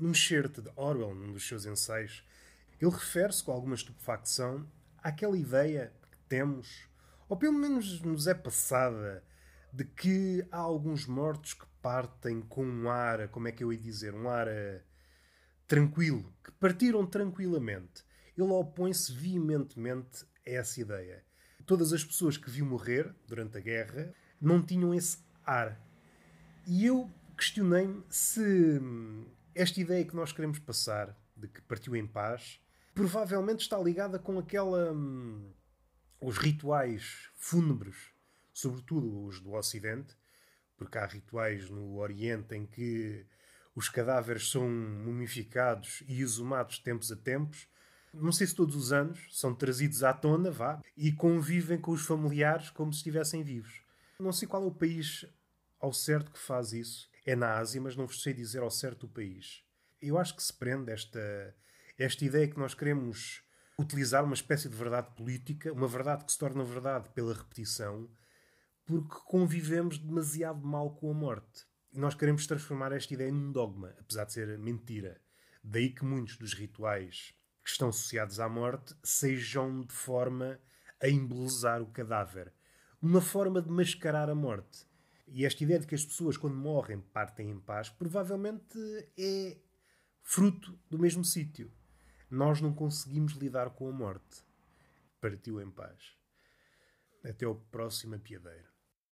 Num excerto de Orwell, num dos seus ensaios, ele refere-se com alguma estupefacção àquela ideia que temos, ou pelo menos nos é passada, de que há alguns mortos que partem com um ar, como é que eu ia dizer, um ar tranquilo, que partiram tranquilamente. Ele opõe-se veementemente a essa ideia. Todas as pessoas que viu morrer durante a guerra não tinham esse ar. E eu questionei-me se esta ideia que nós queremos passar, de que partiu em paz, provavelmente está ligada com aquela. Os rituais fúnebres, sobretudo os do Ocidente, porque há rituais no Oriente em que os cadáveres são mumificados e exumados de tempos a tempos. Não sei se todos os anos são trazidos à tona, vá, e convivem com os familiares como se estivessem vivos. Não sei qual é o país ao certo que faz isso. É na Ásia, mas não vos sei dizer ao certo o país. Eu acho que se prende esta ideia que nós queremos utilizar uma espécie de verdade política, uma verdade que se torna verdade pela repetição, porque convivemos demasiado mal com a morte. E nós queremos transformar esta ideia num dogma, apesar de ser mentira. Daí que muitos dos rituais que estão associados à morte sejam de forma a embelezar o cadáver. Uma forma de mascarar a morte. E esta ideia de que as pessoas, quando morrem, partem em paz, provavelmente é fruto do mesmo sítio. Nós não conseguimos lidar com a morte. Partiu em paz. Até ao próximo apiadeiro.